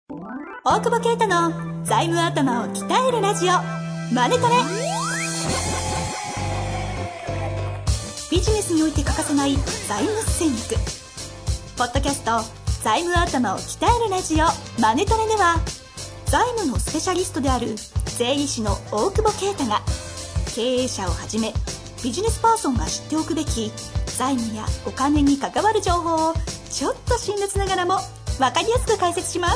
大久保啓太の財務頭を鍛えるラジオマネトレ。ビジネスにおいて欠かせない財務戦略。ポッドキャスト財務頭を鍛えるラジオマネトレでは、財務のスペシャリストである税理士の大久保啓太が、経営者をはじめビジネスパーソンが知っておくべき財務やお金に関わる情報をちょっと辛辣ながらも分かりやすく解説します。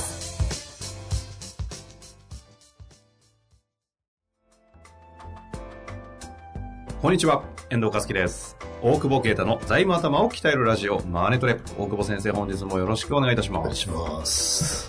こんにちは、遠藤和樹です。大久保啓太の財務頭を鍛えるラジオマネトレ。大久保先生、本日もよろしくお願いいたします。 お願いします。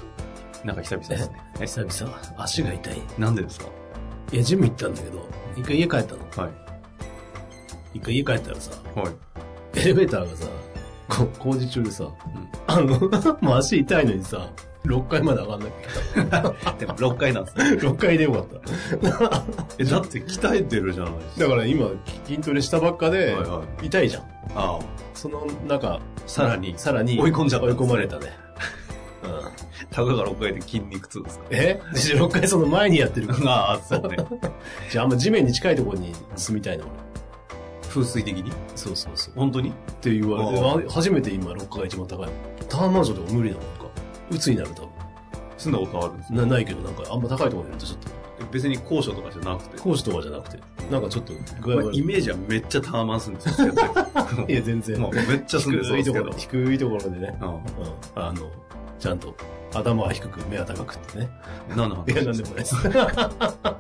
なんか久々ですね。 久々、足が痛い。 なんでですか？ いや、ジム行ったんだけど、一回家帰ったの。 はい。 一回家帰ったらさ、 はい。 エレベーターがさ、工事中でさ、もう足痛いのにさ、6階まで上がんなきゃでも6階なんですね。 6階でよかった。 だって鍛えてるじゃないですか。 だから今、筋トレしたばっかで、痛いじゃん。 ああ。 その中、 さらに追い込んじゃった。追い込まれたね。 たかが6階で筋肉痛ですか？ 6階その前にやってるから。 ああ、そうね。 じゃあ、あんま地面に近いところに住みたいな、俺。 風水的に？ そうそうそう。 本当に？ って言われて、初めて今6階が一番高いの。タワーマンションとか無理なのか。鬱になる多分。 住んだことあるんですか？ ないけど、なんかあんま高いところにいるとちょっと。 別に高所とかじゃなくて。 高所とかじゃなくて。なんかちょっと具合悪い。 イメージはめっちゃタワマン住んでるんですよ。 いや、全然。 もうめっちゃ住んでそうですけど。 低いところでね。ちゃんと頭は低く目は高くってね。 何の話？ いや、なんでもないです。はい。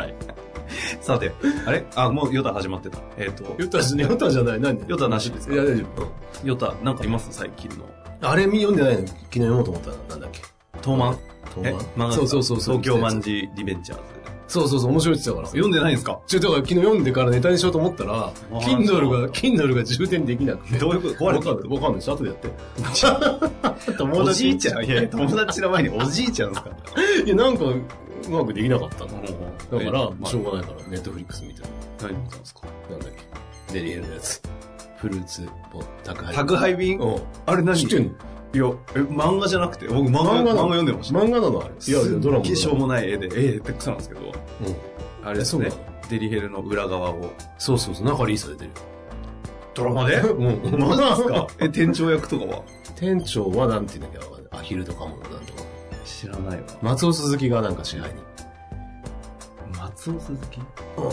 さて、あれ？もうヨタ始まってた。 ヨタじゃない。何？ ヨタなしですか？ いや、大丈夫。 ヨタ、なんかいます最近の。 あれ読んでないの？昨日読もうと思ったらなんだっけ？ 東漫？ 漫画？そう。 東京マンジリベンジャーズ。 そう、面白いって言ってたから。 読んでないんですか？ だから昨日読んでからネタにしようと思ったら、Kindle が充電できなくて。 どういうこと？壊れた？ わかんないし、後でやって。 おじいちゃん？いや、友達の前におじいちゃんですか？ いや、なんか、うまくできなかったの。だから、しょうがないから、ネットフリックスみたいな。 何見たんですか？ なんだっけ？デリヘルのやつ。フルーツ、 宅配便？あれ何？ 知ってんの？ いや、漫画じゃなくて、僕漫画読んでました。 漫画なのあれ。いや、ドラマ。 しょうもない絵で、って草なんですけど。あれですね。デリヘルの裏側を。 そう。中リーサ出てる。 ドラマで？マジですか？店長役とかは？店長はなんて言うんだっけ？アヒルとかもなんとか。 知らないわ。 松尾鈴木がなんか支配に。 松尾鈴木？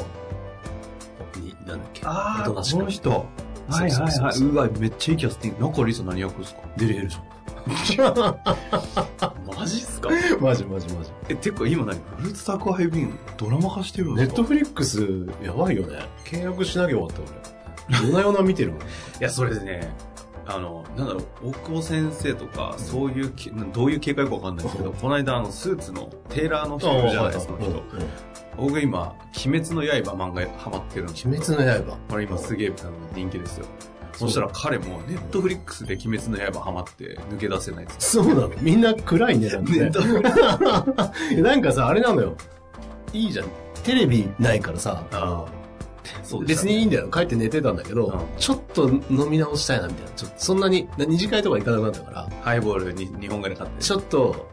なんだっけ？ ああ、この人。はい。うわ、めっちゃいいキャスティング。中リーサ何役ですか？ デリヘルじゃん。 マジっすか？ マジ。 てか今何？フルーツ宅配便ドラマ化してるんですか？ ネットフリックスやばいよね。契約しなきゃよかった俺。夜な夜な見てるもん。いや、それでね、なんだろう、大久保先生とか、そういう、どういう警戒かわかんないですけど、この間スーツのテーラーの人いるじゃないですか、僕今、鬼滅の刃漫画ハマってるんですよ。 鬼滅の刃？ これ今すげえ人気ですよ。そしたら彼もネットフリックスで鬼滅の刃ハマって抜け出せないです。 そうなの？みんな暗いね、なんて。なんかさ、あれなのよ。いいじゃん。テレビないからさ。そう別にいいんだよ。帰って寝てたんだけど、ちょっと飲み直したいなみたいな。ちょっとそんなに二次会とか行かなくなったから。 ハイボールに2本ぐらい買って。 ちょっと、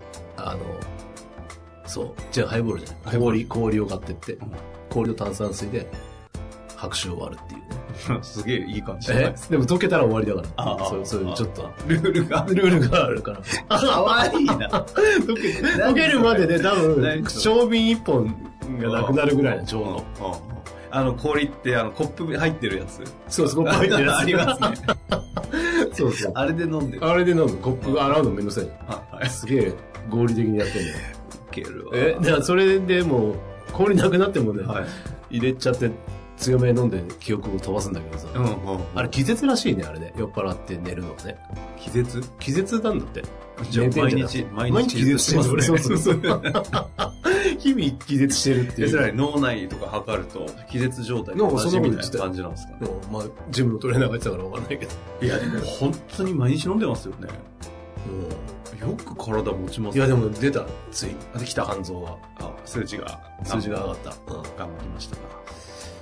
そう。じゃあハイボールじゃない。氷を買ってって、氷と炭酸水で拍手を割るっていうね。 すげえいい感じじゃないですか。 でも溶けたら終わりだから。そういうちょっと。 ルールがあるから。 かわいいな。 溶けるまでで多分、小瓶1本がなくなるぐらいのちょうど。氷ってコップ入ってるやつ。 そう、コップ入ってるやつ。 ありますね。 そう。 あれで飲んでる。 あれで飲む。コップが洗うのめんどくさい。すげえ合理的にやってんだよ。 ウケるわ。 だからそれでもう、氷なくなってもね、入れちゃって、強め飲んで記憶を飛ばすんだけどさ。あれ気絶らしいね、あれね。酔っ払って寝るのね。 気絶なんだって。 じゃあ毎日気絶してますね。そう。日々気絶してるっていう。 それは脳内とか測ると気絶状態の同じみたいな感じなんですかね。 まあ、ジムのトレーナーが言ってたからわかんないけど。 いや、でも本当に毎日飲んでますよね。よく体持ちますね。 いや、でも出た、つい。できた肝臓が。 数字が上がった。 頑張りましたが。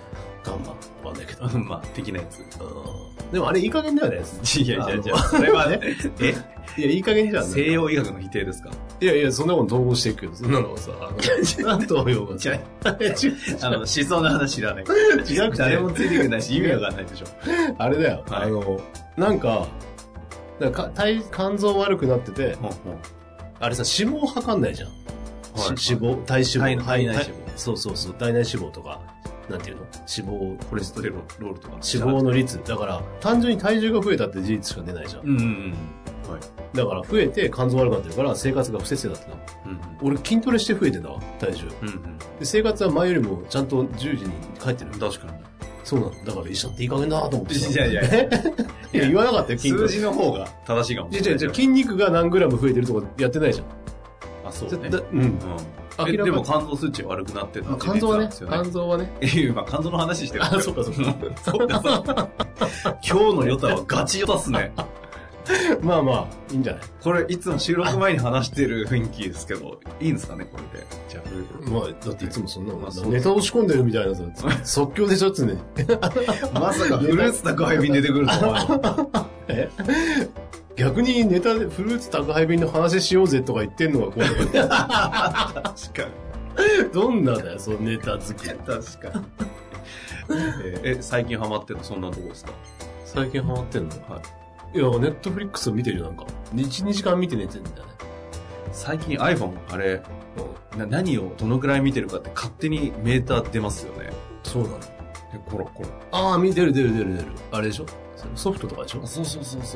ガンマわかんないけど。 まあ、的なやつ。 でもあれいい加減だよね。 いや、それはね、 いや、いい加減じゃん。 西洋医学の否定ですか？ いや、そんなもん統合していくけど、そんなのはさ、なんとようがさ。 思想の話知らない。 違くて。 誰もついてくれないし、意味わかんないでしょ。 あれだよ。なんか肝臓悪くなってて、あれさ、脂肪測んないじゃん。脂肪、体脂肪。 体内脂肪。 そう。体内脂肪とか、なんていうの脂肪、 コレステロールとか。 脂肪の率。だから、単純に体重が増えたって事実しか出ないじゃん。はい。だから、増えて肝臓悪くなってるから、生活が不節制だったの。俺、筋トレして増えてたわ、体重。で、生活は前よりもちゃんと10時に帰ってる。 確かに。 そうなの。だから医者っていい加減だなと思って。 いや言わなかったよ、 数字の方が正しいかもしれない。 筋肉が何グラム増えてるとかやってないじゃん。 あ、そうね。でも肝臓数値悪くなってた。 肝臓はね。肝臓はね。 今肝臓の話してる。 あ、そうか。 そうか。今日のヨタはガチヨタっすね。 まあ、いいんじゃない？ これ、いつも収録前に話してる雰囲気ですけど、いいんですかね、これで。じゃあ、 まあ、だっていつもそんなの、ネタを仕込んでるみたいなさ、即興でしょっつね。 まさかフルーツ宅配便出てくるとは。 逆にネタでフルーツ宅配便の話しようぜとか言ってんのがこう。確かに。どんなだよ、そのネタ作り。 確かに。最近ハマってるのそんなとこですか？ 最近ハマってんの？はい。いや、ネットフリックスを見てるよ、なんか。1、2時間見て寝てるんだよね。 最近 iPhone、あれ、何をどのくらい見てるかって勝手にメーター出ますよね。 そうなの。 コロ。 ああ、出る。あれでしょ？ソフトとかでしょ？ そう。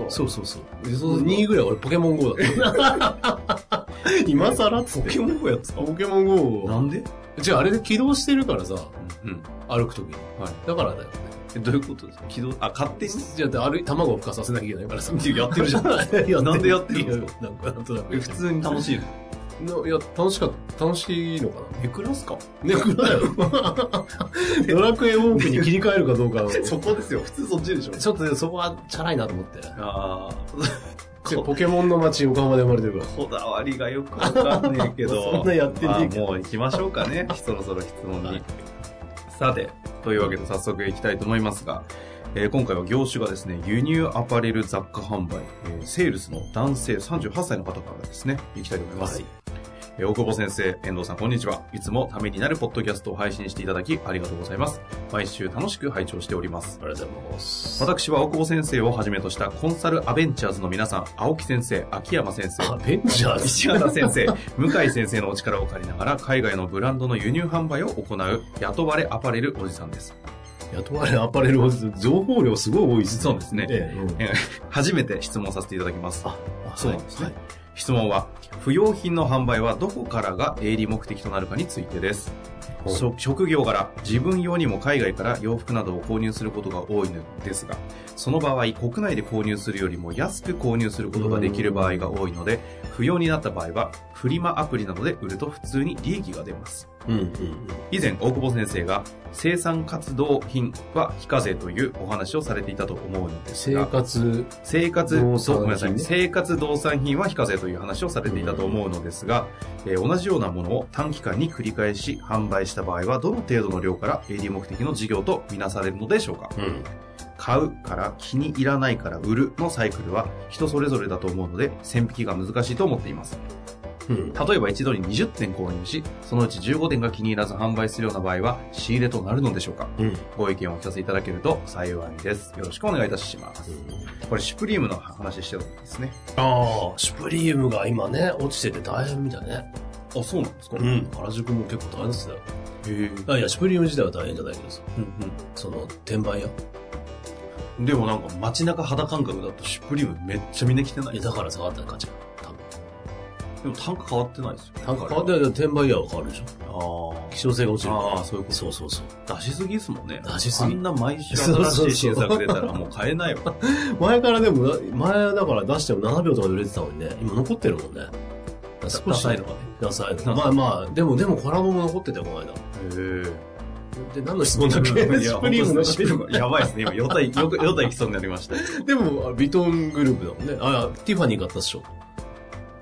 2位ぐらい俺ポケモン GO だった。今更っつって。 ポケモン GO やつか？ ポケモン GO。 なんで？ じゃああれで起動してるからさ、歩くときに。 はい。 だからだよね。 どういうことですか？起動、勝手に？ じゃあ、卵を孵化させなきゃいけないからさ。 やってるじゃん。なんでやってるの？ なんとなく。 普通に楽しいの？いや、楽しいのかな？ ネクラすか？ ネクラだよ。ドラクエウォークに切り替えるかどうか。 そこですよ。普通そっちでしょ。 ちょっとそこはチャラいなと思って。 ああ。 ポケモンの街横浜で生まれてるから。 こだわりがよくわかんねえけど。 そんなやってねえけど。 もう行きましょうかね。そろそろ質問に。さて、というわけで早速行きたいと思いますが、今回は業種がですね、輸入アパレル雑貨販売、セールスの男性38歳の方からですね、行きたいと思います。大久保先生、遠藤さん、こんにちは。いつもためになるポッドキャストを配信していただきありがとうございます。毎週楽しく拝聴しております。 ありがとうございます。 私は大久保先生をはじめとしたコンサルアベンチャーズの皆さん、青木先生、秋山先生、 アベンチャーズ石原先生、向井先生のお力を借りながら、海外のブランドの輸入販売を行う、雇われアパレルおじさんです。 雇われアパレルおじさん、情報量すごい多いですね。 そうですね。初めて質問させていただきます。 そうなんですね。 質問は、不用品の販売はどこからが営利目的となるかについてです。職業柄、自分用にも海外から洋服などを購入することが多いのですが、その場合、国内で購入するよりも安く購入することができる場合が多いので、不要になった場合は、フリマアプリなどで売ると普通に利益が出ます。以前、大久保先生が、生産活動品は非課税というお話をされていたと思うのですが、生活動産品は非課税という話をされていたと思うのですが、同じようなものを短期間に繰り返し販売した場合は、どの程度の量から営利目的の事業とみなされるのでしょうか？買うから気に入らないから売るのサイクルは人それぞれだと思うので線引きが難しいと思っています。例えば一度に20点購入し、そのうち15点が気に入らず販売するような場合は仕入れとなるのでしょうか？ご意見をお聞かせいただけると幸いです。よろしくお願いいたします。これシュプリームの話してるんですね。 シュプリームが今ね、落ちてて大変みたいね。 あ、そうなんですか？ 原宿も結構大変ですよ。いや、シュプリーム自体は大変じゃないけどさ。その、転売屋でもなんか街中肌感覚だとシュプリームめっちゃみんな着てない？ いや、だから下がった感じが。多分。 でも単価変わってないですよ。 単価変わってないけど、転売屋は変わるでしょ。希少性が落ちる。 そういうこと。 そう。 出しすぎですもんね。 出しすぎ。 あんな毎週新しい新作出たらもう買えないわ。 前からでも、前だから出しても7秒とかで売れてたのにね、今残ってるもんね。 少しダサいのかね。 ダサい。まあ、でもコラボも残ってたよ、この間。で、何の質問だっけ？シュプリームのシュプリーム。 やばいですね。今、ヨタ行きそうになりました。 でも、ビトングループだもんね。ティファニー買ったっしょ。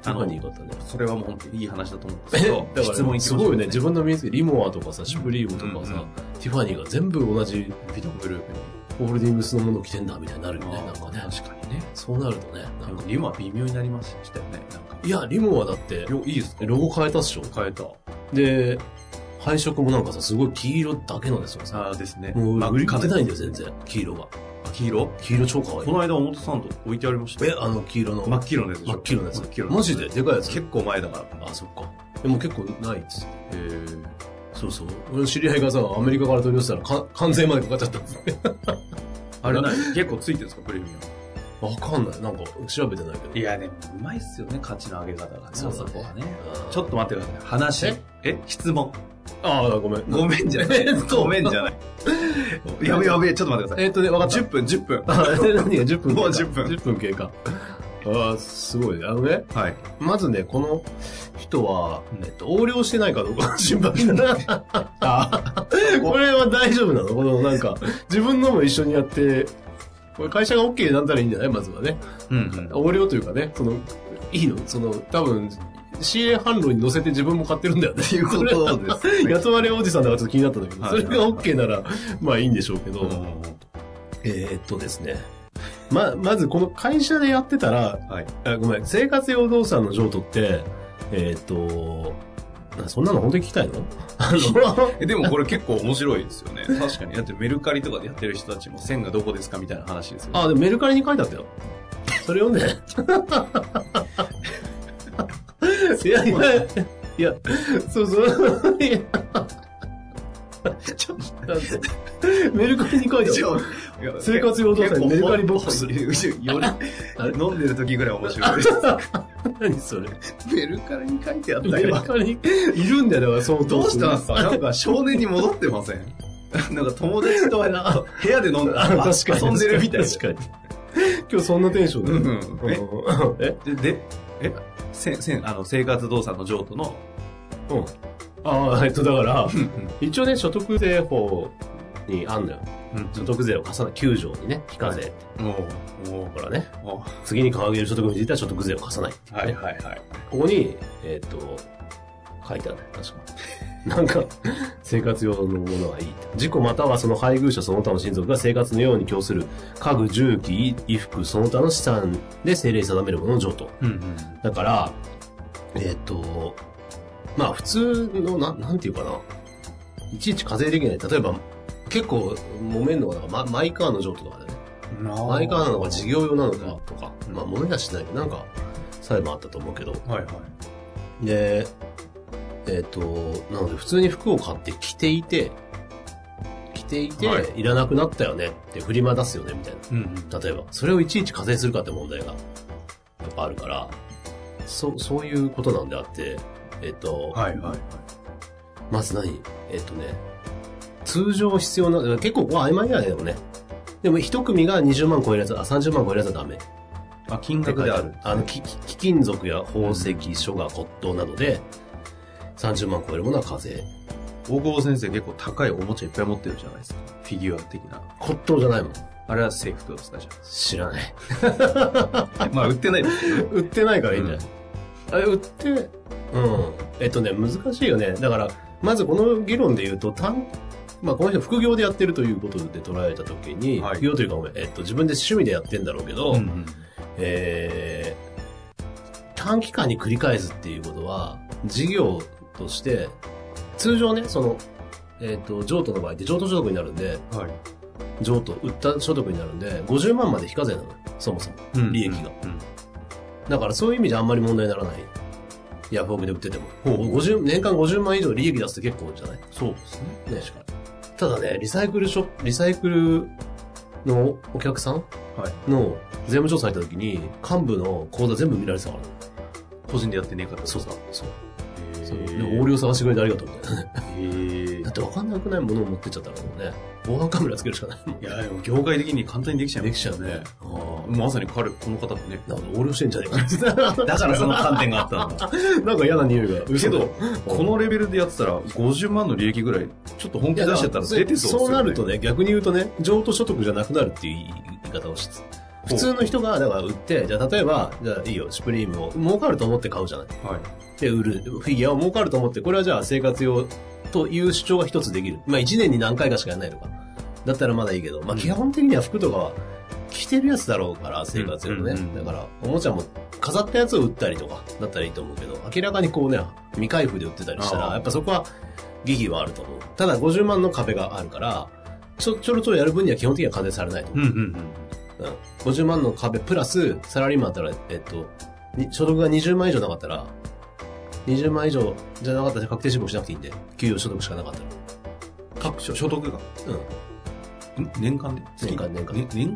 ティファニーよかったね。 それはもう本当にいい話だと思うんですけど、 だから質問いきましょう、 すごいよね。自分の身につけリモアとかさ、シュプリームとかさ、ティファニーが全部同じビトグループに。 ホールディングスのものを着てんだみたいになるよね。なんかね。 確かにね。 そうなるとね。 なんかリモは微妙になりましたよね。なんかいや、リモアだって、 いいですか？ ロゴ変えたっしょ。 変えた。 で、配色もなんかさ、すごい黄色だけのですよさ。 ああですね。 もう売り勝てないんだよ、全然。黄色が。 黄色超可愛い。 この間、表参道置いてありました。 黄色の。 真っ黄色のやつでしょ。 真っ黄色のやつ。マジででかいやつ。 結構前だから。 あ、そっか。でも結構ないっつって。そうそう。俺の知り合いがさ、アメリカから取り寄せたら関税までかかっちゃったんですね。 あれ結構ついてるんですか、プレミアム。 わかんない。なんか調べてないけど。 いや、でもうまいっすよね、価値の上げ方がね。 そうだね。 ちょっと待ってください。話。質問。 ああ、ごめん。 ごめんじゃない。ごめんじゃない。やべえ、ちょっと待ってください。 わかった。 10分。 何が10分もう10分。 10分経過。ああ、すごいね。 はい。 まずね、この人は、横領してないかどうか心配だな。これは大丈夫なの？このなんか、自分のも一緒にやって、これ会社が OK になったらいいんじゃないまずはね。横領というかね、いいの？多分、CA 販路に乗せて自分も買ってるんだよね。っていうことです、ね。雇われおじさんだからちょっと気になったんだけど、それが OK なら、まあいいんでしょうけど。ですね。まずこの会社でやってたら、ごめん、生活用動産の譲渡って、そんなの本当に聞きたいの？ でもこれ結構面白いですよね。確かに。だってメルカリとかでやってる人たちも線がどこですかみたいな話ですよね。 でもメルカリに書いてあったよ。それ読んで。いや、そう。ちょっと待って。メルカリに書いてある。生活用動産メルカリボックス。 飲んでる時ぐらい面白いです。 何それ？ メルカリに書いてあったよ。 メルカリいるんだよ、そう。 どうしたんですか？なんか少年に戻ってません？なんか友達と部屋で飲んで遊んでるみたいな。 確かに。今日そんなテンションで。生活動産の譲渡の。 だから、一応ね、所得税法にあんのよ。所得税を重ね、9条にね、非課税。ほらね、次に掲げる所得については所得税を課さない。ここに、書いてあるね、確か。なんか、生活用のものはいい。事故またはその配偶者その他の親族が生活のように供する家具、重機、衣服、その他の資産で政令に定めるものの譲渡。だから、まあ普通の、なんていうかな。いちいち課税できない。例えば、結構揉めんのが、マイカーの譲渡とかだよね。マイカーなのか事業用なのかとか。まあ揉めはしないけど、なんか、裁判あったと思うけど。で、なので普通に服を買って着ていて、いらなくなったよねってフリマ出すよねみたいな。例えば、それをいちいち課税するかって問題がやっぱあるから、そういうことなんであって、まず通常必要な、結構曖昧だよね、でもね。でも一組が20万超えるやつ、30万超えるやつはダメ。 金額である。 貴金属や宝石、書画、骨董などで、30万超えるものは課税。 大久保先生結構高いおもちゃいっぱい持ってるじゃないですか。フィギュア的な。 骨董じゃないもん。 あれはセーフですか？じゃあ知らない。 まあ売ってないですけど。 売ってないからいいんじゃない？あれ売って、難しいよね。だから、まずこの議論で言うと、まあこの人副業でやってるということで捉えたときに、副業というか自分で趣味でやってんだろうけど、短期間に繰り返すっていうことは、事業として、通常ね、譲渡の場合って譲渡所得になるんで、譲渡、売った所得になるんで、50万まで非課税なのよ、そもそも。利益が。だからそういう意味じゃあんまり問題にならない。ヤフオクで売ってても。年間50万以上利益出すって結構じゃない？ そうですね。 ただね、リサイクルのお客さんの税務調査入った時に、幹部の口座全部見られてたから。 個人でやってねえから。 そう。で横領探してくれてありがとうみたいなね。だって分かんなくないものを持ってっちゃったらもうね、防犯カメラつけるしかないもん。 いや、でも業界的に簡単にできちゃう。 できちゃうね。 まさにこの方もね。 なんか横領してんじゃねえか。 だからその観点があったんだ。 なんか嫌な匂いが。 けど、このレベルでやってたら50万の利益ぐらい、ちょっと本気出しちゃったら出てそうですよね。 そうなるとね、逆に言うとね、譲渡所得じゃなくなるっていう言い方を普通の人がだから売って、じゃあ例えば、じゃあいいよ、シュプリームを儲かると思って買うじゃない。はい。で、売る。フィギュアを儲かると思って、これはじゃあ生活用という主張が一つできる。まあ1年に何回かしかやらないのか。だったらまだいいけど、まあ基本的には服とかは着てるやつだろうから、生活用のね。だから、おもちゃも飾ったやつを売ったりとか、だったらいいと思うけど、明らかにこうね、未開封で売ってたりしたら、やっぱそこは疑義はあると思う。ただ50万の壁があるから、ちょろちょろやる分には基本的には課税されないと思う。50万の壁プラス、サラリーマンだったら、所得が20万以上なかったら、20万以上じゃなかったら確定申告しなくていいんで、給与所得しかなかったら。 各所得が年間で年間で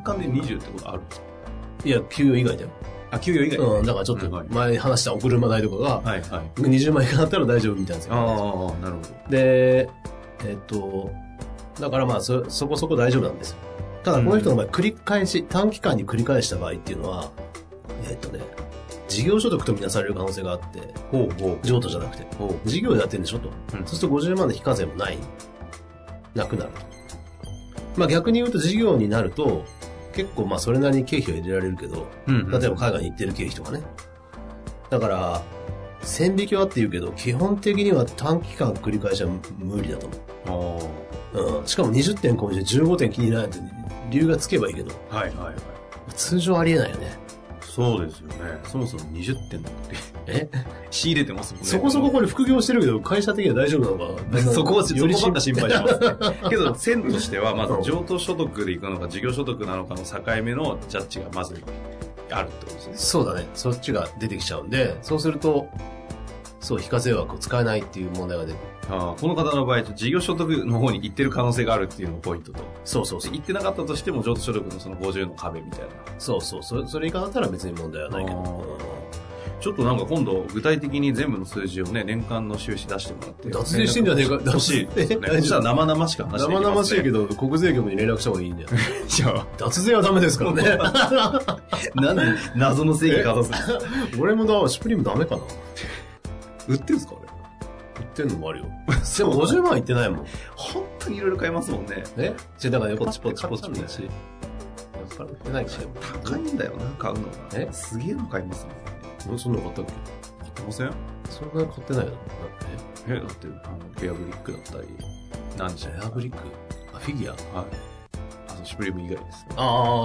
20ってことあるんですか？ いや、給与以外だよ。 あ、給与以外？ だからちょっと前話したお車代とかが、20万以下だったら大丈夫みたいな。 ああ、なるほど。 で、だからまあそこそこ大丈夫なんですよ。ただこの人の場合繰り返し、短期間に繰り返した場合っていうのは、事業所得とみなされる可能性があって、譲渡じゃなくて、事業でやってるんでしょと。そうすると50万の非課税もなくなると。まあ逆に言うと事業になると、結構まあそれなりに経費は入れられるけど、例えば海外に行ってる経費とかね。だから、線引きはって言うけど、基本的には短期間繰り返しは無理だと思う。しかも20点込みで15点気に入らないって理由がつけばいいけど、通常ありえないよね。 そうですよね。そもそも20点だって仕入れてますもんね。 そこそここれ副業してるけど会社的には大丈夫なのか。 そこばっか心配しますね。けど線としてはまず譲渡所得でいくのか事業所得なのかの境目のジャッジがまずあるってことですね。 そうだね。そっちが出てきちゃうんで、そうするとそう非課税枠を使えないっていう問題が出る。 この方の場合、事業所得の方に行ってる可能性があるっていうのがポイントと。 そう。 行ってなかったとしても、譲渡所得のその50の壁みたいな。 それ以下だったら別に問題はないけど。 ちょっとなんか今度、具体的に全部の数字をね、年間の収支出してもらって。 脱税してんじゃねえか。 欲しいですね。そしたら生々しく話していきますね。 生々しいけど、国税局に連絡した方がいいんだよ。 じゃあ、 脱税はダメですからね。 なんで謎の正義かざすんですか？ 俺もシュプリームダメかな。 売ってんすか？ 売ってんのもあるよ。でも50万いってないもん。 本当にいろいろ買いますもんね。 だからポチポチ。買ってないから。 高いんだよな、買うのが。すげえの買いますもん。 そんなの買ったっけ？ 買ってません？ そんなに買ってないよ。 だってエアブリックだったり。何じゃエアブリック？フィギュア？ はい。シュプリーム以外です。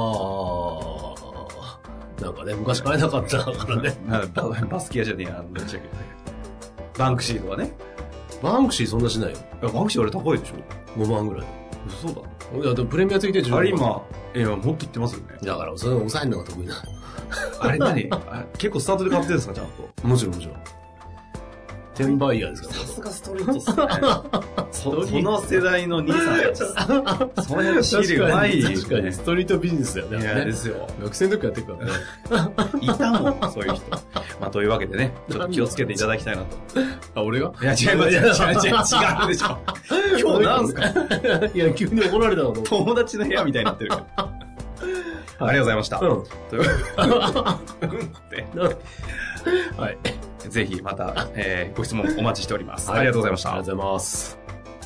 なんかね、昔買えなかったからね。 バスキアじゃねえや、バンクシーとかね。 バンクシーそんなしないよ。 バンクシーあれ高いでしょ？ 5 万ぐらい。 嘘だ。 いや、でもプレミアついて10万。 あれ今、もっといってますよね。 だから、それを抑えるのが得意な。 あれ何結構スタートで買ってるんですか、ちゃんと。 もちろん。転売ヤーですから。 さすがストリートっすね。その世代の兄さんたち。その辺の仕入れうまい。 確かに、ストリートビジネスだよね。 いや、ですよ。 学生の時やってるからね。いたもん、そういう人。まあ、というわけでね、ちょっと気をつけていただきたいなと。 俺が？ いや、違います。違うでしょ。今日なんすか？ いや、急に怒られたの。 友達の部屋みたいになってるから。ありがとうございました。はい。ぜひまた、ご質問お待ちしております。ありがとうございました。 ありがとうございます。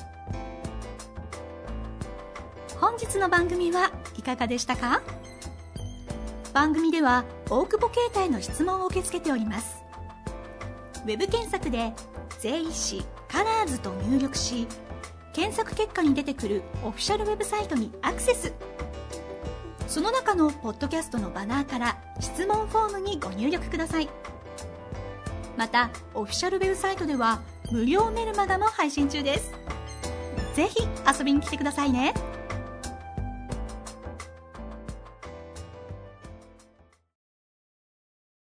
本日の番組はいかがでしたか？番組では大久保携帯の質問を受け付けております。ウェブ検索で税理士カラーズと入力し、検索結果に出てくるオフィシャルウェブサイトにアクセス。その中のポッドキャストのバナーから質問フォームにご入力ください。またオフィシャルウェブサイトでは無料メルマガも配信中です。ぜひ遊びに来てくださいね。